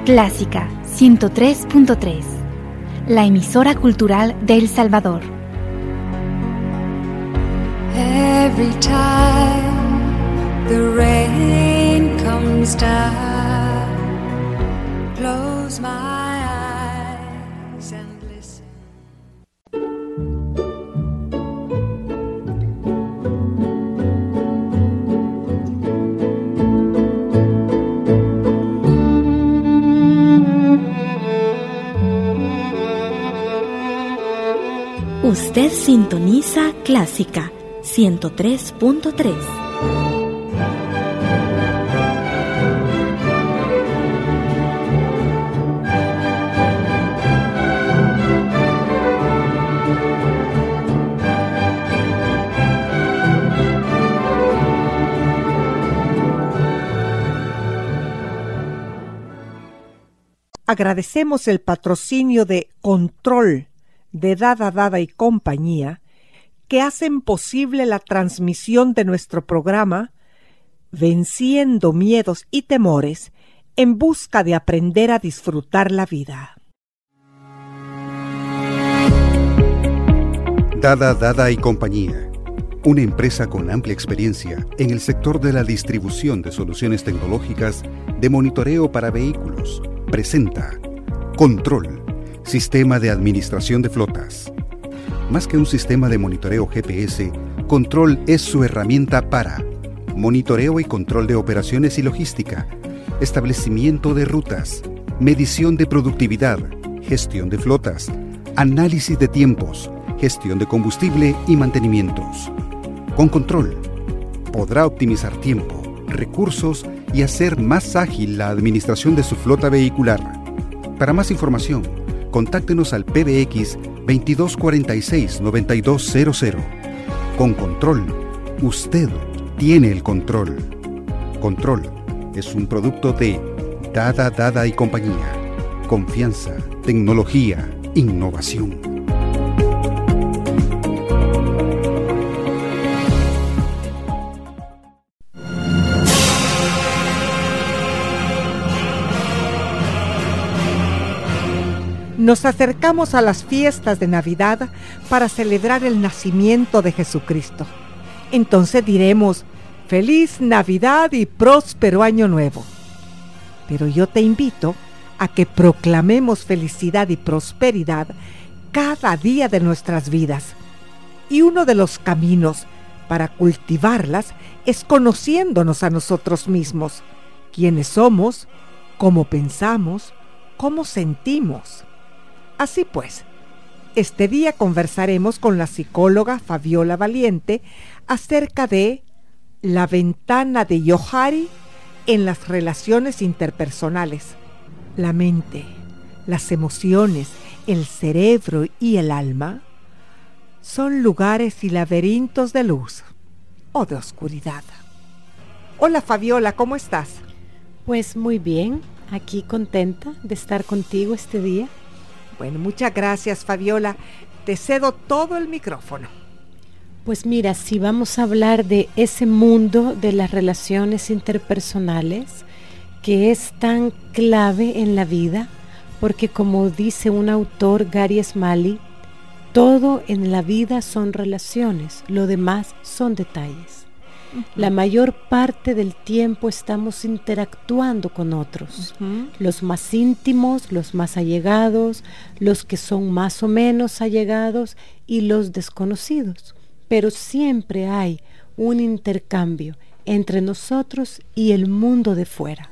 Clásica 103.3, la emisora cultural de El Salvador. Every time the rain comes down, close my eyes and listen. Usted sintoniza Clásica 103.3. Agradecemos el patrocinio de Control, de Dada y compañía, que hacen posible la transmisión de nuestro programa Venciendo Miedos y Temores en busca de aprender a disfrutar la vida. Dada y compañía, una empresa con amplia experiencia en el sector de la distribución de soluciones tecnológicas de monitoreo para vehículos, presenta Control, Sistema de Administración de Flotas. Más que un sistema de monitoreo GPS, Control es su herramienta para monitoreo y control de operaciones y logística, establecimiento de rutas, medición de productividad, gestión de flotas, análisis de tiempos, gestión de combustible y mantenimientos. Con Control, podrá optimizar tiempo, recursos y hacer más ágil la administración de su flota vehicular. Para más información, contáctenos al PBX 2246-9200. Con Control, usted tiene el control. Control es un producto de Dada y compañía. Confianza, tecnología, innovación. Nos acercamos a las fiestas de Navidad para celebrar el nacimiento de Jesucristo. Entonces diremos, ¡Feliz Navidad y próspero Año Nuevo! Pero yo te invito a que proclamemos felicidad y prosperidad cada día de nuestras vidas. Y uno de los caminos para cultivarlas es conociéndonos a nosotros mismos, quiénes somos, cómo pensamos, cómo sentimos. Así pues, este día conversaremos con la psicóloga Fabiola Valiente acerca de la ventana de Johari en las relaciones interpersonales. La mente, las emociones, el cerebro y el alma son lugares y laberintos de luz o de oscuridad. Hola Fabiola, ¿cómo estás? Pues muy bien, aquí contenta de estar contigo este día. Bueno, muchas gracias Fabiola, te cedo todo el micrófono. Pues mira, si vamos a hablar de ese mundo de las relaciones interpersonales que es tan clave en la vida, porque como dice un autor, Gary Smalley, todo en la vida son relaciones, lo demás son detalles. La mayor parte del tiempo estamos interactuando con otros, los más íntimos, los más allegados, los que son más o menos allegados y los desconocidos. Pero siempre hay un intercambio entre nosotros y el mundo de fuera.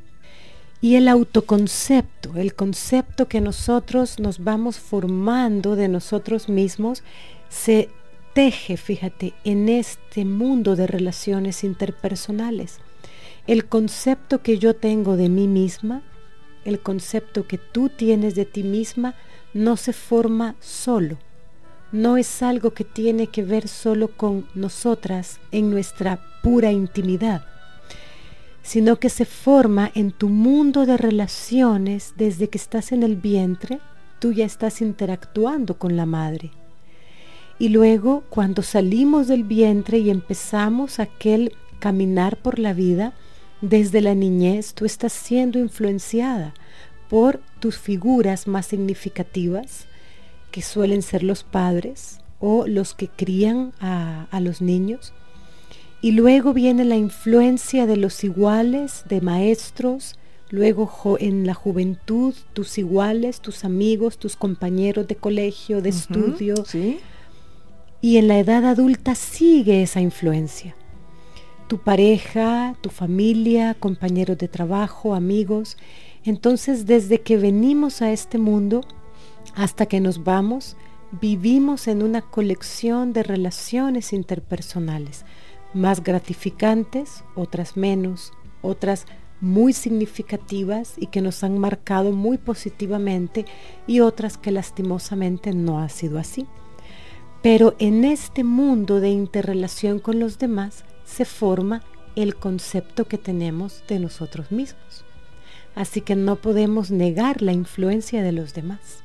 Y el autoconcepto, el concepto que nosotros nos vamos formando de nosotros mismos, se teje, fíjate, en este mundo de relaciones interpersonales. El concepto que yo tengo de mí misma, el concepto que tú tienes de ti misma, no se forma solo. No es algo que tiene que ver solo con nosotras en nuestra pura intimidad, sino que se forma en tu mundo de relaciones desde que estás en el vientre, tú ya estás interactuando con la madre. Y luego, cuando salimos del vientre y empezamos aquel caminar por la vida, Desde la niñez tú estás siendo influenciada por tus figuras más significativas, que suelen ser los padres o los que crían a los niños. Y luego viene la influencia de los iguales, de maestros, luego en la juventud, tus iguales, tus amigos, tus compañeros de colegio, de estudio. ¿Sí? Y en la edad adulta sigue esa influencia. Tu pareja, tu familia, compañeros de trabajo, amigos. Entonces, desde que venimos a este mundo hasta que nos vamos, vivimos en una colección de relaciones interpersonales, más gratificantes, otras menos, otras muy significativas y que nos han marcado muy positivamente, y otras que lastimosamente no ha sido así. Pero en este mundo de interrelación con los demás se forma el concepto que tenemos de nosotros mismos. Así que no podemos negar la influencia de los demás.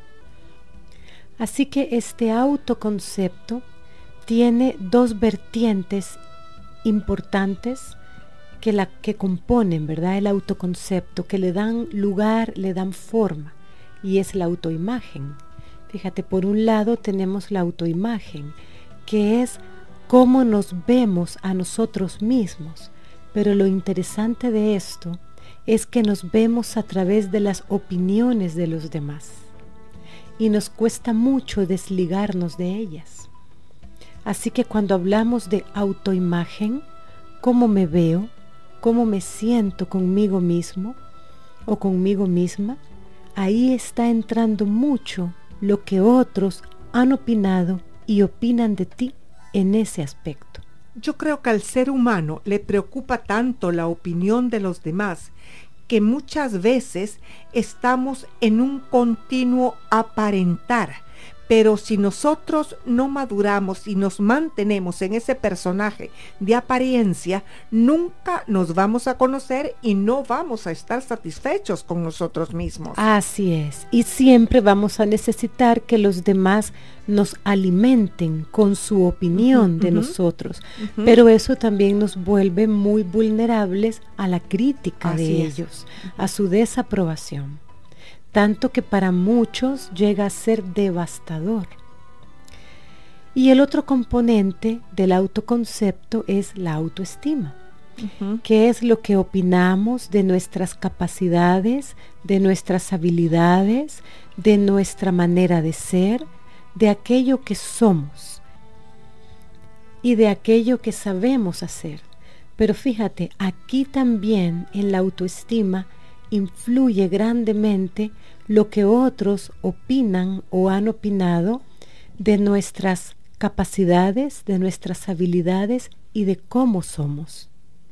Así que este autoconcepto tiene dos vertientes importantes que componen, ¿verdad?, el autoconcepto, que le dan lugar, le dan forma, y es la autoimagen. Fíjate, por un lado tenemos la autoimagen, que es cómo nos vemos a nosotros mismos, pero lo interesante de esto es que nos vemos a través de las opiniones de los demás, y nos cuesta mucho desligarnos de ellas. Así que cuando hablamos de autoimagen, cómo me veo, cómo me siento conmigo mismo o conmigo misma, ahí está entrando mucho lo que otros han opinado y opinan de ti en ese aspecto. Yo creo que al ser humano le preocupa tanto la opinión de los demás que muchas veces estamos en un continuo aparentar. Pero si nosotros no maduramos y nos mantenemos en ese personaje de apariencia, nunca nos vamos a conocer y no vamos a estar satisfechos con nosotros mismos. Así es, y siempre vamos a necesitar que los demás nos alimenten con su opinión de nosotros, pero eso también nos vuelve muy vulnerables a la crítica de ellos, a su desaprobación. Tanto que para muchos llega a ser devastador. Y el otro componente del autoconcepto es la autoestima, que es lo que opinamos de nuestras capacidades, de nuestras habilidades, de nuestra manera de ser, de aquello que somos y de aquello que sabemos hacer. Pero fíjate, aquí también en la autoestima influye grandemente lo que otros opinan o han opinado de nuestras capacidades, de nuestras habilidades y de cómo somos.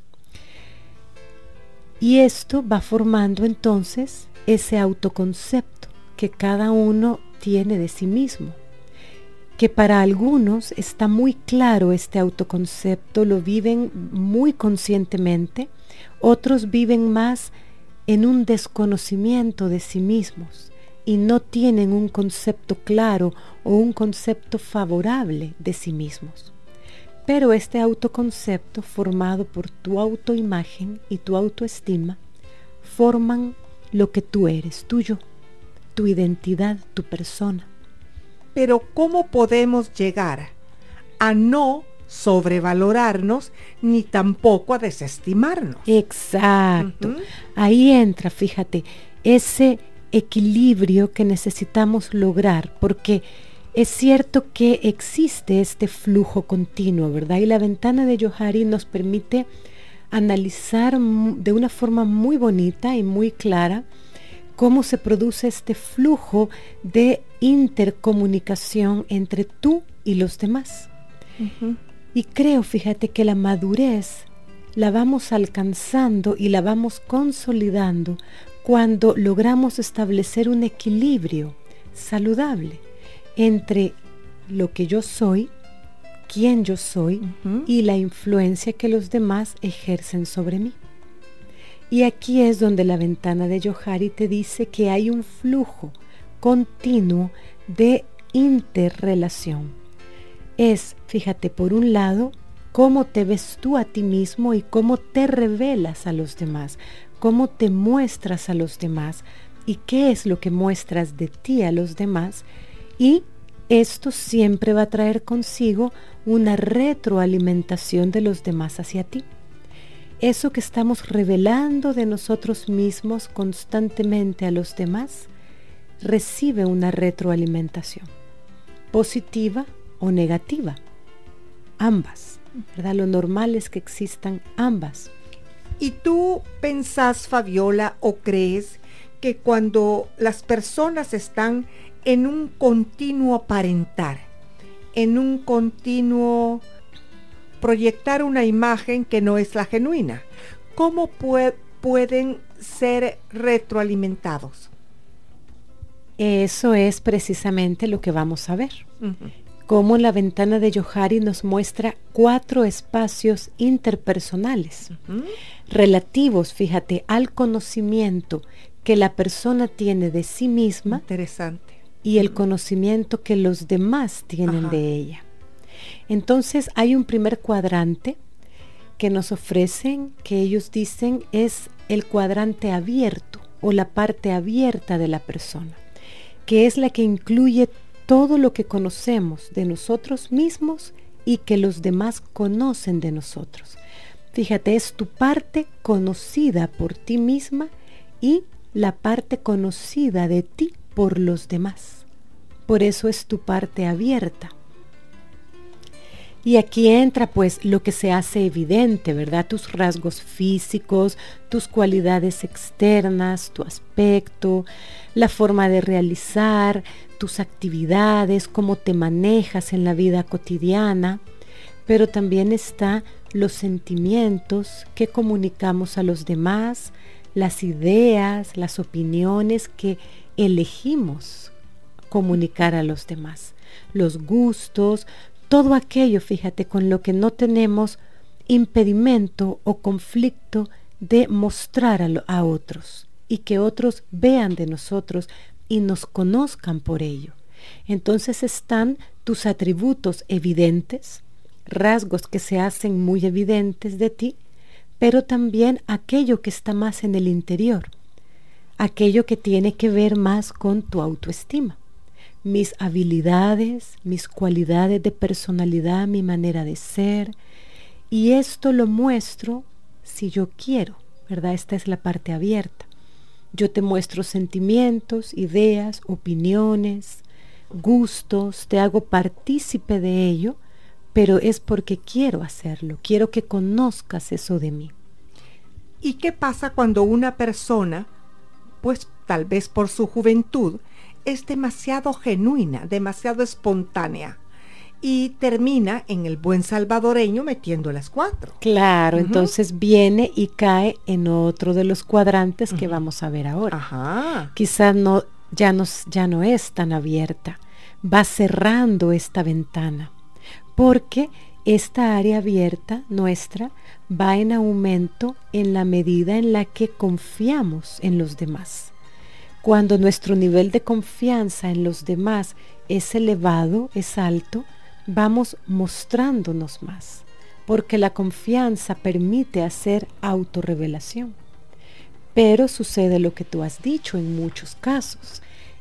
Y esto va formando entonces ese autoconcepto que cada uno tiene de sí mismo, que para algunos está muy claro este autoconcepto, lo viven muy conscientemente, otros viven más en un desconocimiento de sí mismos y no tienen un concepto claro o un concepto favorable de sí mismos. Pero este autoconcepto, formado por tu autoimagen y tu autoestima, forman lo que tú eres, tu yo, tu identidad, tu persona. Pero ¿cómo podemos llegar a no sobrevalorarnos ni tampoco a desestimarnos? Exacto. Ahí entra, fíjate, ese equilibrio que necesitamos lograr, porque es cierto que existe este flujo continuo, ¿verdad? Y la ventana de Johari nos permite analizar de una forma muy bonita y muy clara cómo se produce este flujo de intercomunicación entre tú y los demás. Y creo, fíjate, que la madurez la vamos alcanzando y la vamos consolidando cuando logramos establecer un equilibrio saludable entre lo que yo soy, quién yo soy y la influencia que los demás ejercen sobre mí. Y aquí es donde la ventana de Johari te dice que hay un flujo continuo de interrelación. Es, fíjate, por un lado, cómo te ves tú a ti mismo y cómo te revelas a los demás, cómo te muestras a los demás y qué es lo que muestras de ti a los demás. Y esto siempre va a traer consigo una retroalimentación de los demás hacia ti. Eso que estamos revelando de nosotros mismos constantemente a los demás recibe una retroalimentación, positiva o negativa, ambas, ¿verdad? Lo normal es que existan ambas. ¿Y tú pensás, Fabiola, o crees que cuando las personas están en un continuo aparentar, en un continuo proyectar una imagen que no es la genuina, cómo pueden ser retroalimentados? Eso es precisamente lo que vamos a ver. Uh-huh. Cómo la ventana de Johari nos muestra 4 espacios interpersonales, Uh-huh. relativos, fíjate, al conocimiento que la persona tiene de sí misma Interesante. y el conocimiento que los demás tienen Ajá. de ella. Entonces hay un primer cuadrante que nos ofrecen, que ellos dicen es el cuadrante abierto o la parte abierta de la persona, que es la que incluye todo lo que conocemos de nosotros mismos y que los demás conocen de nosotros. Fíjate, es tu parte conocida por ti misma y la parte conocida de ti por los demás. Por eso es tu parte abierta. Y aquí entra pues lo que se hace evidente, ¿verdad? Tus rasgos físicos, tus cualidades externas, tu aspecto, la forma de realizar, tus actividades, cómo te manejas en la vida cotidiana. Pero también está los sentimientos que comunicamos a los demás, las ideas, las opiniones que elegimos comunicar a los demás, los gustos, todo aquello, fíjate, con lo que no tenemos impedimento o conflicto de mostrar a otros y que otros vean de nosotros y nos conozcan por ello. Entonces están tus atributos evidentes, rasgos que se hacen muy evidentes de ti, pero también aquello que está más en el interior, aquello que tiene que ver más con tu autoestima. Mis habilidades, mis cualidades de personalidad, mi manera de ser, y esto lo muestro si yo quiero, ¿verdad? Esta es la parte abierta. Yo te muestro sentimientos, ideas, opiniones, gustos, te hago partícipe de ello, pero es porque quiero hacerlo, quiero que conozcas eso de mí. ¿Y qué pasa cuando una persona, pues tal vez por su juventud, es demasiado genuina, demasiado espontánea y termina en el buen salvadoreño metiendo las 4? Claro, Uh-huh. entonces viene y cae en otro de los cuadrantes que Uh-huh. vamos a ver ahora. Ajá. Quizás ya no es tan abierta, va cerrando esta ventana, porque esta área abierta nuestra va en aumento en la medida en la que confiamos en los demás. Cuando nuestro nivel de confianza en los demás es elevado, es alto, vamos mostrándonos más, porque la confianza permite hacer autorrevelación. Pero sucede lo que tú has dicho en muchos casos.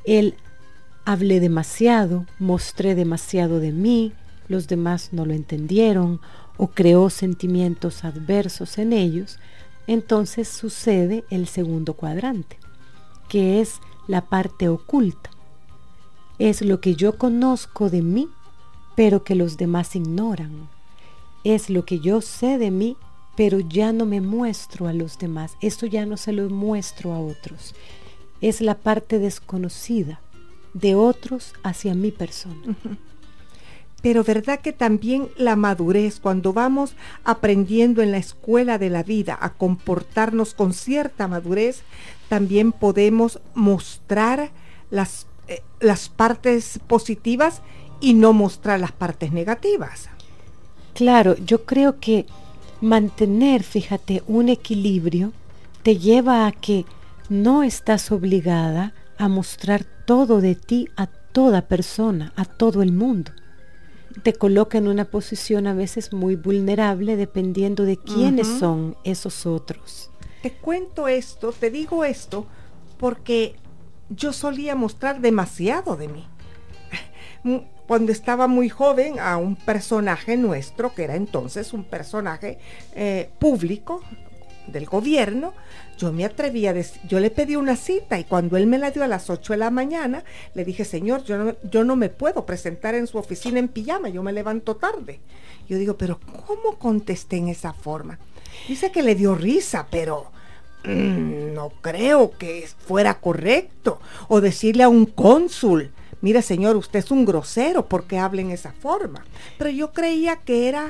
Hablé demasiado, mostré demasiado de mí, los demás no lo entendieron o creó sentimientos adversos en ellos. Entonces sucede el segundo cuadrante, que es la parte oculta. Es lo que yo conozco de mí, pero que los demás ignoran. Es lo que yo sé de mí, pero ya no me muestro a los demás. Eso ya no se lo muestro a otros. Es la parte desconocida de otros hacia mi persona. Uh-huh. Pero verdad que también la madurez, cuando vamos aprendiendo en la escuela de la vida a comportarnos con cierta madurez, también podemos mostrar las partes positivas y no mostrar las partes negativas. Claro, yo creo que mantener, fíjate, un equilibrio te lleva a que no estás obligada a mostrar todo de ti a toda persona, a todo el mundo. te coloca en una posición a veces muy vulnerable dependiendo de quiénes son esos otros. Te cuento esto, te digo esto, porque yo solía mostrar demasiado de mí. Cuando estaba muy joven, a un personaje nuestro, que era entonces un personaje público del gobierno, yo me atreví a decir, yo le pedí una cita, y cuando él me la dio a las 8 de la mañana, le dije: señor, yo no me puedo presentar en su oficina en pijama, yo me levanto tarde. Yo digo: pero ¿cómo contesté en esa forma? Dice que le dio risa, pero no creo que fuera correcto. O decirle a un cónsul: mire, señor, usted es un grosero, ¿por qué habla en esa forma? Pero yo creía que era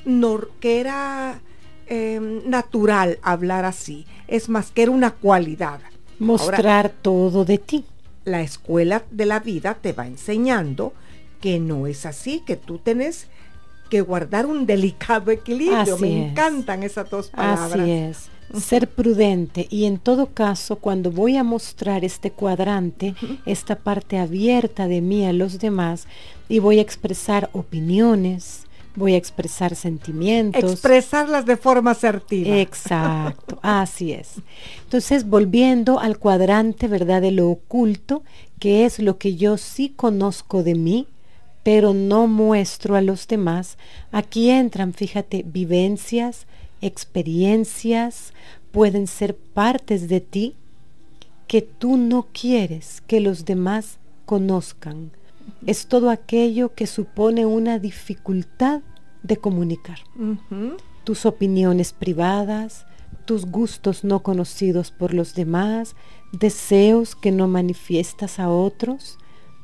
natural hablar así. Es más, que era una cualidad. Mostrar ahora, todo de ti. La escuela de la vida te va enseñando que no es así, que tú tienes que guardar un delicado equilibrio. Me encantan esas dos palabras. Así es. Ser prudente, y en todo caso, cuando voy a mostrar este cuadrante, esta parte abierta de mí a los demás, y voy a expresar opiniones, voy a expresar sentimientos. Expresarlas de forma asertiva. Exacto, así es. Entonces, volviendo al cuadrante, ¿verdad?, de lo oculto, que es lo que yo sí conozco de mí, pero no muestro a los demás. Aquí entran, fíjate, vivencias, experiencias, pueden ser partes de ti que tú no quieres que los demás conozcan. Es todo aquello que supone una dificultad de comunicar. Tus opiniones privadas, tus gustos no conocidos por los demás, deseos que no manifiestas a otros,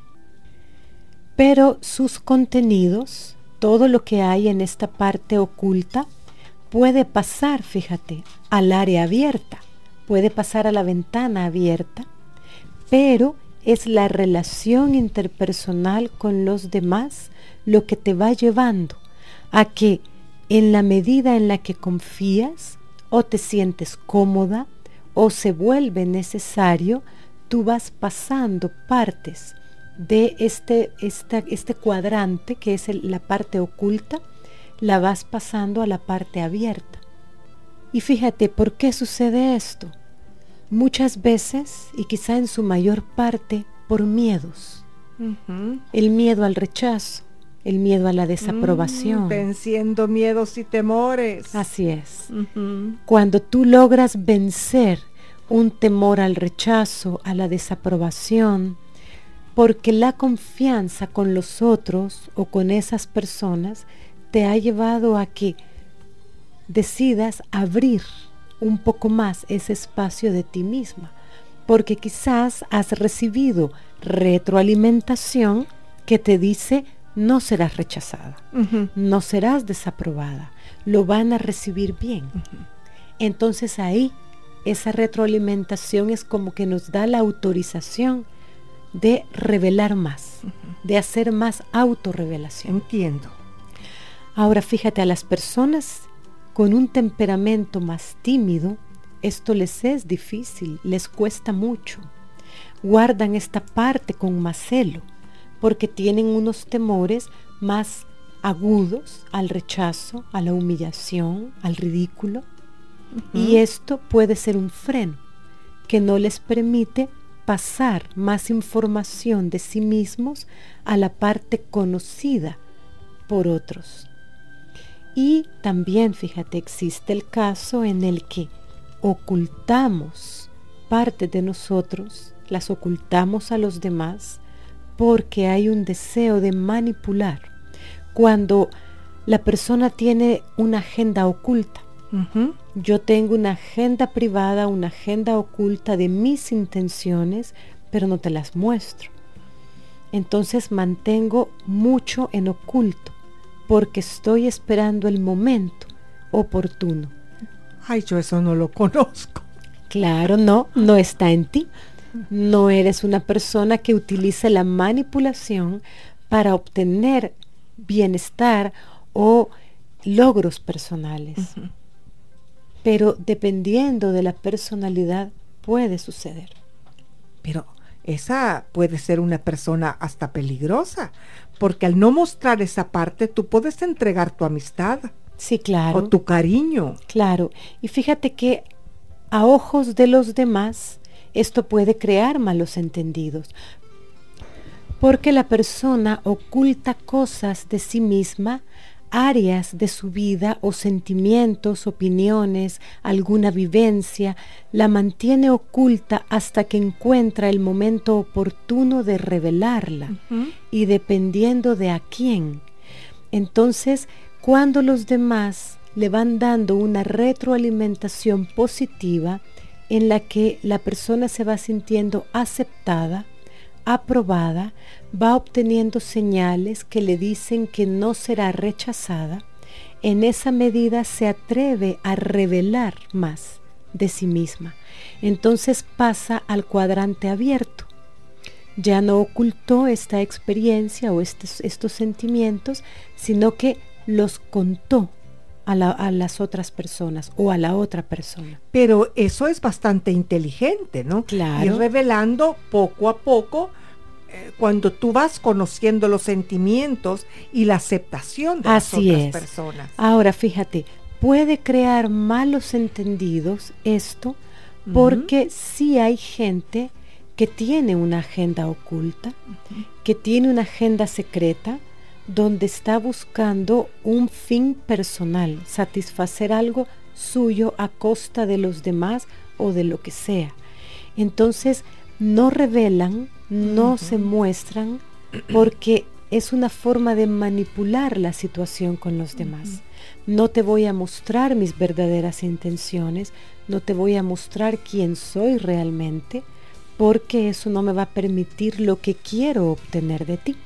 pero sus contenidos, todo lo que hay en esta parte oculta, puede pasar, fíjate, al área abierta, puede pasar a la ventana abierta, pero es la relación interpersonal con los demás lo que te va llevando a que, en la medida en la que confías o te sientes cómoda o se vuelve necesario, tú vas pasando partes de este cuadrante, que es la parte oculta, la vas pasando a la parte abierta. Y fíjate, ¿por qué sucede esto? Muchas veces, y quizá en su mayor parte, por miedos. El miedo al rechazo, el miedo a la desaprobación. Venciendo miedos y temores. Así es. Cuando tú logras vencer un temor al rechazo, a la desaprobación, porque la confianza con los otros o con esas personas te ha llevado a que decidas abrir un poco más ese espacio de ti misma, porque quizás has recibido retroalimentación que te dice: no serás rechazada, no serás desaprobada, lo van a recibir bien. Entonces ahí, esa retroalimentación es como que nos da la autorización de revelar más, de hacer más autorrevelación. Entiendo. Ahora fíjate, a las personas con un temperamento más tímido, esto les es difícil, les cuesta mucho. Guardan esta parte con más celo, porque tienen unos temores más agudos al rechazo, a la humillación, al ridículo. Y esto puede ser un freno que no les permite pasar más información de sí mismos a la parte conocida por otros. Y también, fíjate, existe el caso en el que ocultamos parte de nosotros, las ocultamos a los demás porque hay un deseo de manipular. Cuando la persona tiene una agenda oculta, yo tengo una agenda privada, una agenda oculta de mis intenciones, pero no te las muestro. Entonces mantengo mucho en oculto, porque estoy esperando el momento oportuno. Ay, yo eso no lo conozco. Claro, no está en ti. No eres una persona que utilice la manipulación para obtener bienestar o logros personales. Pero dependiendo de la personalidad puede suceder. Pero esa puede ser una persona hasta peligrosa, porque al no mostrar esa parte, tú puedes entregar tu amistad. Sí, claro. O tu cariño. Claro. Y fíjate que a ojos de los demás, esto puede crear malos entendidos, porque la persona oculta cosas de sí misma, áreas de su vida o sentimientos, opiniones, alguna vivencia, la mantiene oculta hasta que encuentra el momento oportuno de revelarla, y dependiendo de a quién. Entonces, cuando los demás le van dando una retroalimentación positiva en la que la persona se va sintiendo aceptada, aprobada, va obteniendo señales que le dicen que no será rechazada, en esa medida se atreve a revelar más de sí misma. Entonces pasa al cuadrante abierto. Ya no ocultó esta experiencia o estos sentimientos, sino que los contó a las otras personas o a la otra persona. Pero eso es bastante inteligente, ¿no? Claro. Ir revelando poco a poco, cuando tú vas conociendo los sentimientos y la aceptación de las otras personas. Ahora, fíjate, puede crear malos entendidos esto, porque sí hay gente que tiene una agenda oculta, que tiene una agenda secreta, donde está buscando un fin personal, satisfacer algo suyo a costa de los demás o de lo que sea. Entonces, no revelan, no se muestran, porque es una forma de manipular la situación con los demás. No te voy a mostrar mis verdaderas intenciones, no te voy a mostrar quién soy realmente, porque eso no me va a permitir lo que quiero obtener de ti.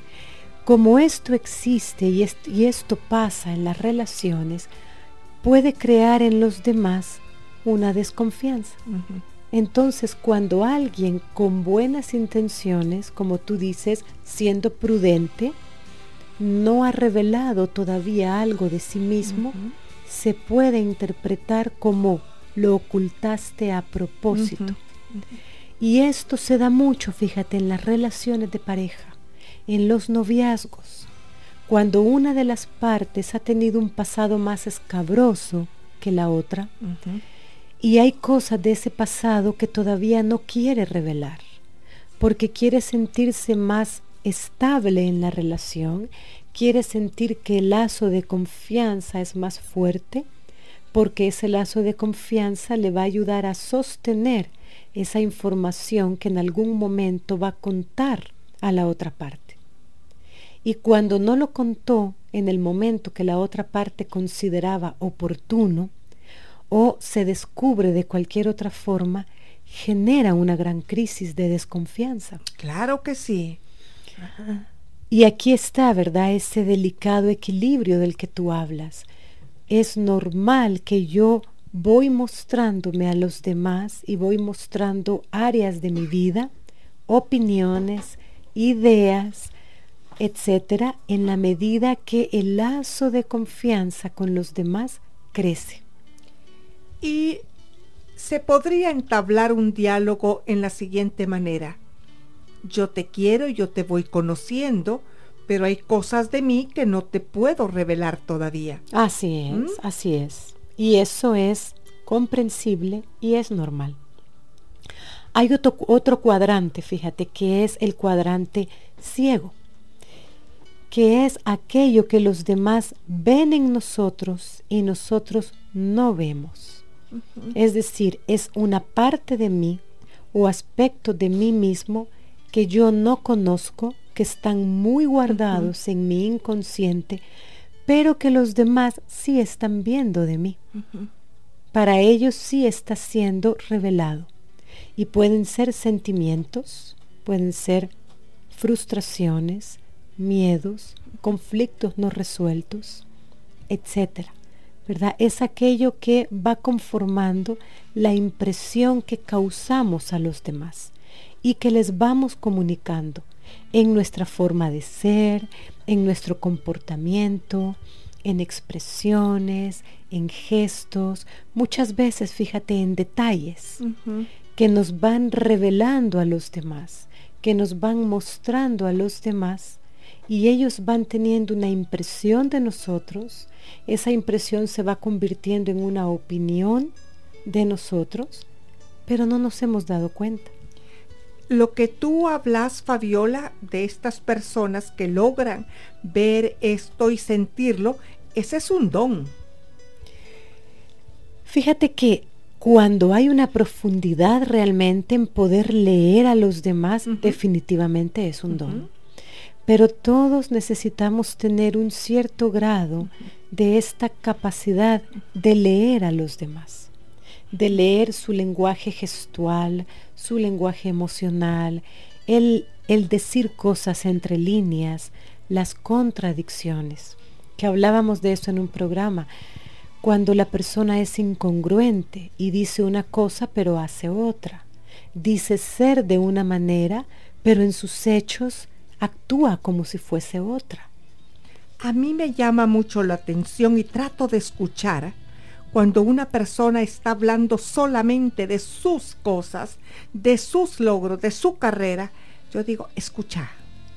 Como esto existe y esto pasa en las relaciones, puede crear en los demás una desconfianza. Entonces, cuando alguien con buenas intenciones, como tú dices, siendo prudente, no ha revelado todavía algo de sí mismo, se puede interpretar como lo ocultaste a propósito. Y esto se da mucho, fíjate, en las relaciones de pareja, en los noviazgos, cuando una de las partes ha tenido un pasado más escabroso que la otra, y hay cosas de ese pasado que todavía no quiere revelar, porque quiere sentirse más estable en la relación, quiere sentir que el lazo de confianza es más fuerte, porque ese lazo de confianza le va a ayudar a sostener esa información que en algún momento va a contar a la otra parte. Y cuando no lo contó en el momento que la otra parte consideraba oportuno, o se descubre de cualquier otra forma, genera una gran crisis de desconfianza. Claro que sí. Y aquí está, ¿verdad?, ese delicado equilibrio del que tú hablas. Es normal que yo voy mostrándome a los demás y voy mostrando áreas de mi vida, opiniones, ideas, etcétera, en la medida que el lazo de confianza con los demás crece. Y se podría entablar un diálogo en la siguiente manera: yo te quiero, yo te voy conociendo, pero hay cosas de mí que no te puedo revelar todavía. Así es, así es. Y eso es comprensible y es normal. Hay otro cuadrante, fíjate, que es el cuadrante ciego, que es aquello que los demás ven en nosotros y nosotros no vemos. Es decir, es una parte de mí o aspecto de mí mismo que yo no conozco, que están muy guardados en mi inconsciente, pero que los demás sí están viendo de mí. Para ellos sí está siendo revelado. Y pueden ser sentimientos, pueden ser frustraciones, miedos, conflictos no resueltos, etcétera, ¿verdad? Es aquello que va conformando la impresión que causamos a los demás y que les vamos comunicando en nuestra forma de ser, en nuestro comportamiento, en expresiones, en gestos, muchas veces, fíjate, en detalles que nos van revelando a los demás, que nos van mostrando a los demás, y ellos van teniendo una impresión de nosotros. Esa impresión se va convirtiendo en una opinión de nosotros, pero no nos hemos dado cuenta. Lo que tú hablas, Fabiola, de estas personas que logran ver esto y sentirlo, ese es un don. Fíjate que cuando hay una profundidad realmente en poder leer a los demás, definitivamente es un don. Pero todos necesitamos tener un cierto grado de esta capacidad de leer a los demás, de leer su lenguaje gestual, su lenguaje emocional, el decir cosas entre líneas, las contradicciones, que hablábamos de eso en un programa, cuando la persona es incongruente y dice una cosa pero hace otra, dice ser de una manera pero en sus hechos actúa como si fuese otra. A mí me llama mucho la atención y trato de escuchar cuando una persona está hablando solamente de sus cosas, de sus logros, de su carrera. Yo digo, escucha,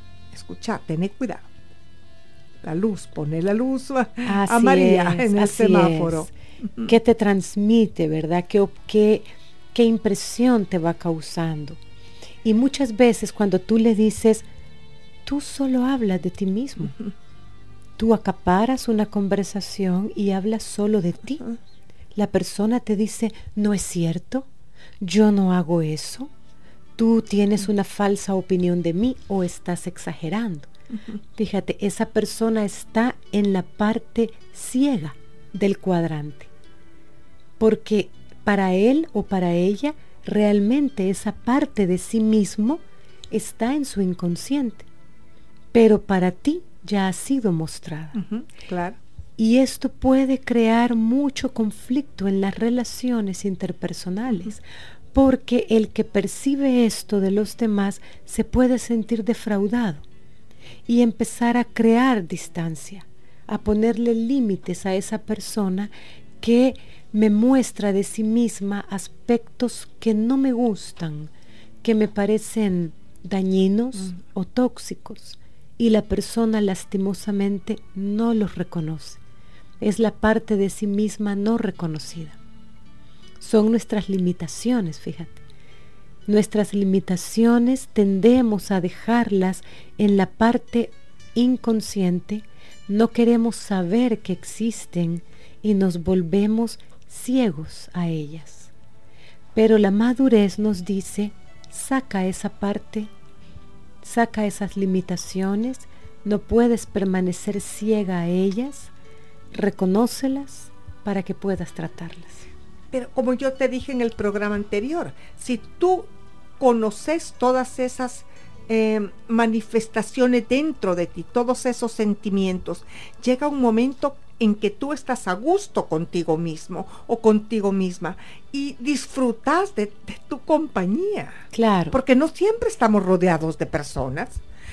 tened cuidado. La luz, pone la luz a María en el semáforo. ¿Qué te transmite, verdad? ¿Qué impresión te va causando? Y muchas veces cuando tú le dices, tú solo hablas de ti mismo. Tú acaparas una conversación y hablas solo de ti. La persona te dice, no es cierto, yo no hago eso, tú tienes una falsa opinión de mí o estás exagerando. Fíjate, esa persona está en la parte ciega del cuadrante, porque para él o para ella realmente esa parte de sí mismo está en su inconsciente, pero para ti ya ha sido mostrada. Claro. Y esto puede crear mucho conflicto en las relaciones interpersonales, porque el que percibe esto de los demás se puede sentir defraudado y empezar a crear distancia, a ponerle límites a esa persona que me muestra de sí misma aspectos que no me gustan, que me parecen dañinos o tóxicos, y la persona lastimosamente no los reconoce. Es la parte de sí misma no reconocida. Son nuestras limitaciones, fíjate. Nuestras limitaciones tendemos a dejarlas en la parte inconsciente, no queremos saber que existen y nos volvemos ciegos a ellas. Pero la madurez nos dice, saca esa parte, saca esas limitaciones, no puedes permanecer ciega a ellas, reconócelas para que puedas tratarlas. Pero como yo te dije en el programa anterior, si tú conoces todas esas manifestaciones dentro de ti, todos esos sentimientos, llega un momento en que tú estás a gusto contigo mismo o contigo misma y disfrutas de tu compañía. Claro. Porque no siempre estamos rodeados de personas.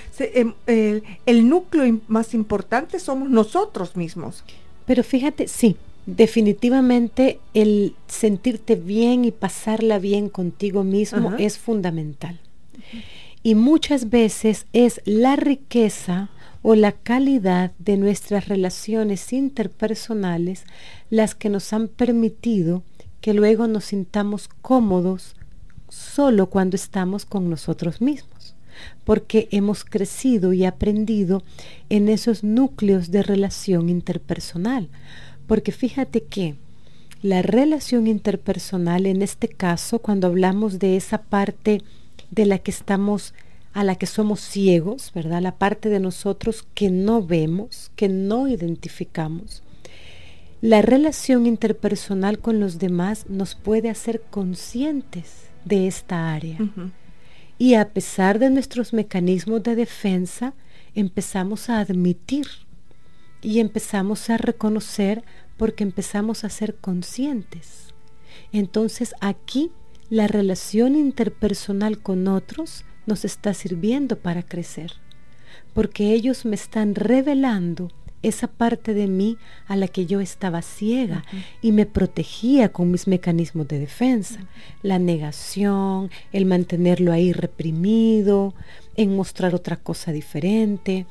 El núcleo más importante somos nosotros mismos. Pero fíjate, sí, definitivamente el sentirte bien y pasarla bien contigo mismo es fundamental. Y muchas veces es la riqueza o la calidad de nuestras relaciones interpersonales las que nos han permitido que luego nos sintamos cómodos solo cuando estamos con nosotros mismos, porque hemos crecido y aprendido en esos núcleos de relación interpersonal. Porque fíjate que la relación interpersonal, en este caso, cuando hablamos de esa parte de la que estamos, a la que somos ciegos, ¿verdad? La parte de nosotros que no vemos, que no identificamos. La relación interpersonal con los demás nos puede hacer conscientes de esta área. Y a pesar de nuestros mecanismos de defensa, empezamos a admitir y empezamos a reconocer porque empezamos a ser conscientes. Entonces aquí la relación interpersonal con otros nos está sirviendo para crecer, porque ellos me están revelando esa parte de mí a la que yo estaba ciega y me protegía con mis mecanismos de defensa. La negación, el mantenerlo ahí reprimido, en mostrar otra cosa diferente.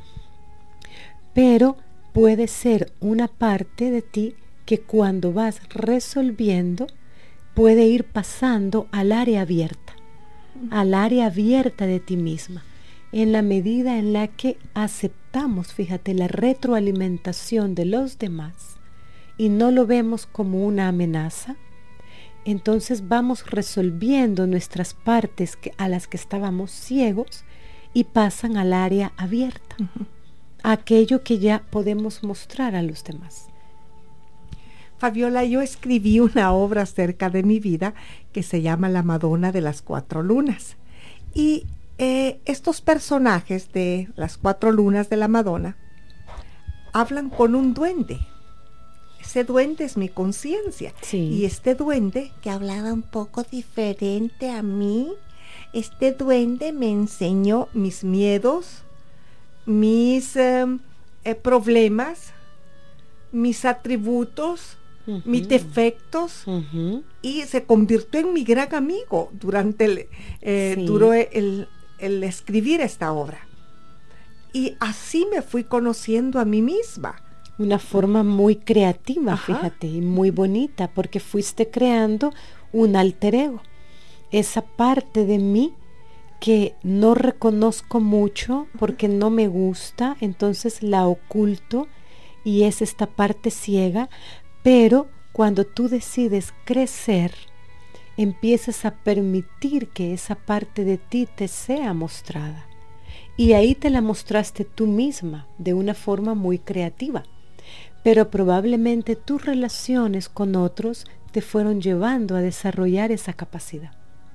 Pero puede ser una parte de ti que cuando vas resolviendo puede ir pasando al área abierta de ti misma, en la medida en la que aceptamos, fíjate, la retroalimentación de los demás y no lo vemos como una amenaza. Entonces vamos resolviendo nuestras partes a las que estábamos ciegos y pasan al área abierta, aquello que ya podemos mostrar a los demás. Fabiola, yo escribí una obra acerca de mi vida que se llama La Madonna de las 4 lunas. Y estos personajes de las 4 lunas de la Madonna hablan con un duende. Ese duende es mi conciencia. Sí. Y este duende, que hablaba un poco diferente a mí, este duende me enseñó mis miedos, mis problemas, mis atributos, mis defectos, y se convirtió en mi gran amigo durante duró el escribir esta obra. Y así me fui conociendo a mí misma. Una forma muy creativa, fíjate, y muy bonita, porque fuiste creando un alter ego. Esa parte de mí que no reconozco mucho porque no me gusta, entonces la oculto y es esta parte ciega. Pero cuando tú decides crecer, empiezas a permitir que esa parte de ti te sea mostrada. Y ahí te la mostraste tú misma de una forma muy creativa. Pero probablemente tus relaciones con otros te fueron llevando a desarrollar esa capacidad.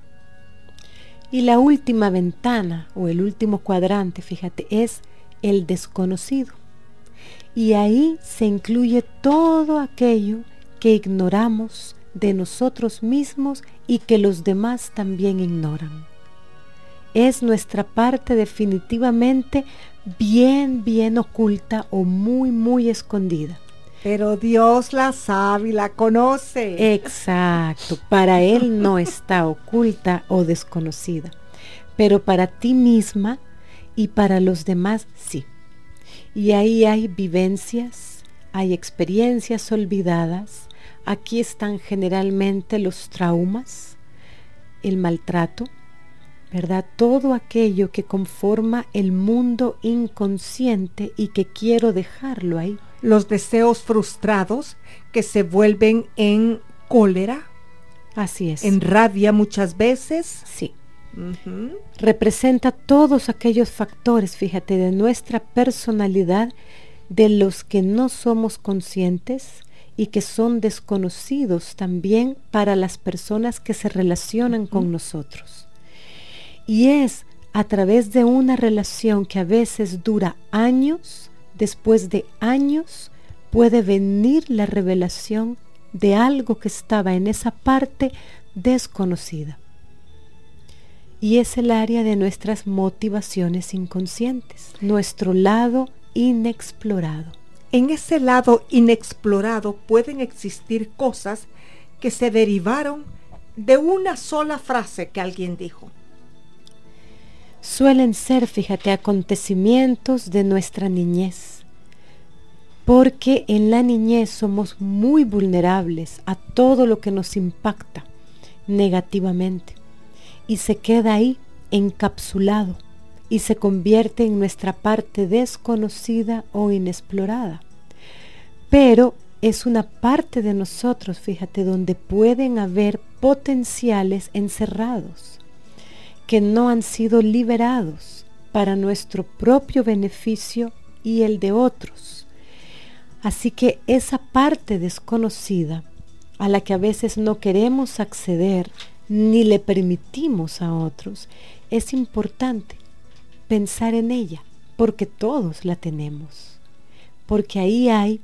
Y la última ventana o el último cuadrante, fíjate, es el desconocido. Y ahí se incluye todo aquello que ignoramos de nosotros mismos y que los demás también ignoran. Es nuestra parte definitivamente bien oculta o muy escondida. Pero Dios la sabe y la conoce. Exacto, para Él no está oculta o desconocida, pero para ti misma y para los demás sí. Y ahí hay vivencias, hay experiencias olvidadas. Aquí están generalmente los traumas, el maltrato, ¿verdad? Todo aquello que conforma el mundo inconsciente y que quiero dejarlo ahí. Los deseos frustrados que se vuelven en cólera. Así es. En rabia muchas veces. Sí. Representa todos aquellos factores, fíjate, de nuestra personalidad de los que no somos conscientes y que son desconocidos también para las personas que se relacionan con nosotros. Y es a través de una relación que a veces dura años, después de años puede venir la revelación de algo que estaba en esa parte desconocida. Y es el área de nuestras motivaciones inconscientes, nuestro lado inexplorado. En ese lado inexplorado pueden existir cosas que se derivaron de una sola frase que alguien dijo. Suelen ser, fíjate, acontecimientos de nuestra niñez, porque en la niñez somos muy vulnerables a todo lo que nos impacta negativamente. Y se queda ahí encapsulado y se convierte en nuestra parte desconocida o inexplorada. Pero es una parte de nosotros, fíjate, donde pueden haber potenciales encerrados que no han sido liberados para nuestro propio beneficio y el de otros. Así que esa parte desconocida a la que a veces no queremos acceder ni le permitimos a otros, es importante pensar en ella, porque todos la tenemos, porque ahí hay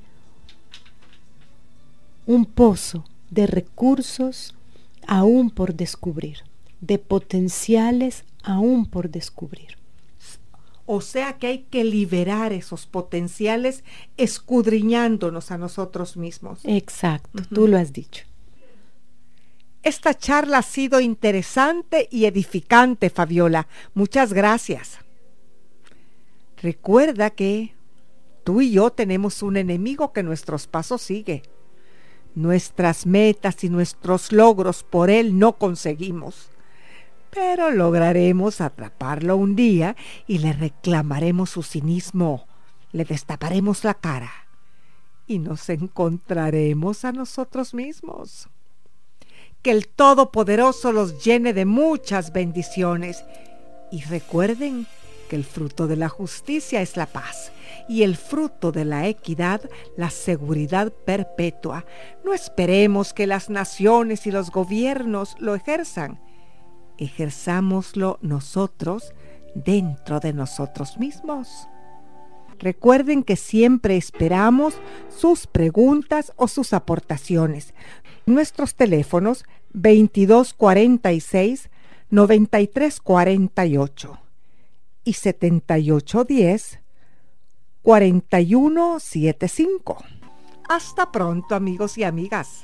un pozo de recursos aún por descubrir, de potenciales aún por descubrir. O sea que hay que liberar esos potenciales escudriñándonos a nosotros mismos. Exacto, tú lo has dicho. Esta charla ha sido interesante y edificante, Fabiola. Muchas gracias. Recuerda que tú y yo tenemos un enemigo que nuestros pasos sigue. Nuestras metas y nuestros logros por él no conseguimos. Pero lograremos atraparlo un día y le reclamaremos su cinismo. Le destaparemos la cara y nos encontraremos a nosotros mismos. Que el Todopoderoso los llene de muchas bendiciones. Y recuerden que el fruto de la justicia es la paz y el fruto de la equidad, la seguridad perpetua. No esperemos que las naciones y los gobiernos lo ejerzan. Ejerzámoslo nosotros dentro de nosotros mismos. Recuerden que siempre esperamos sus preguntas o sus aportaciones. Nuestros teléfonos 2246-9348 y 7810-4175. Hasta pronto, amigos y amigas.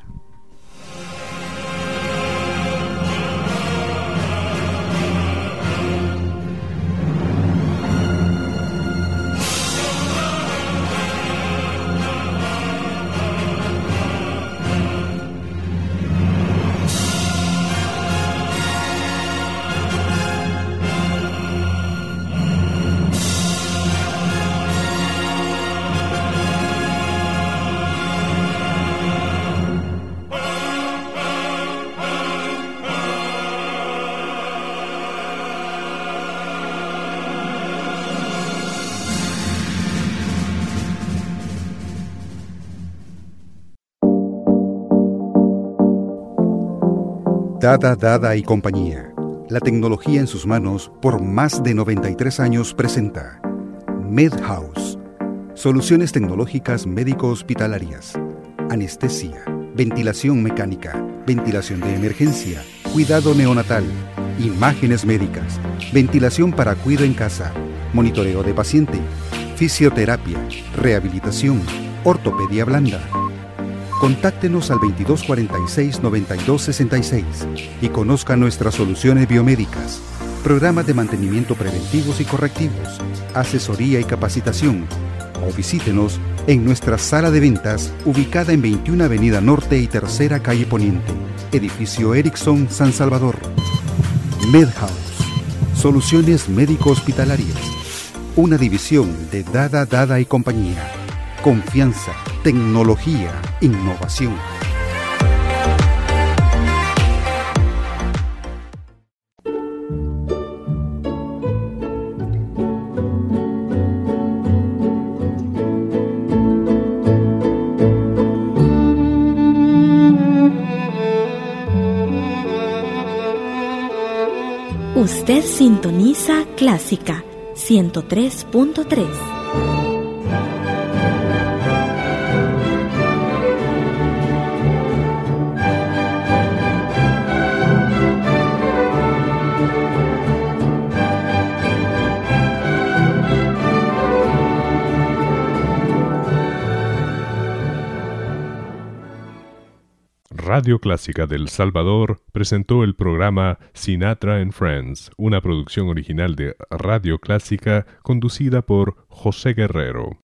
Dada y compañía. La tecnología en sus manos por más de 93 años presenta MedHouse. Soluciones tecnológicas médico-hospitalarias. Anestesia, ventilación mecánica, ventilación de emergencia, cuidado neonatal, imágenes médicas, ventilación para cuidado en casa, monitoreo de paciente, fisioterapia, rehabilitación, ortopedia blanda. Contáctenos al 2246-9266 y conozca nuestras soluciones biomédicas, programas de mantenimiento preventivos y correctivos, asesoría y capacitación, o visítenos en nuestra sala de ventas ubicada en 21 Avenida Norte y Tercera Calle Poniente, Edificio Erickson, San Salvador. MedHouse, soluciones médico-hospitalarias, una división de Dada y compañía. Confianza, tecnología, innovación. Usted sintoniza Clásica 103.3. Radio Clásica del Salvador presentó el programa Sinatra and Friends, una producción original de Radio Clásica conducida por José Guerrero.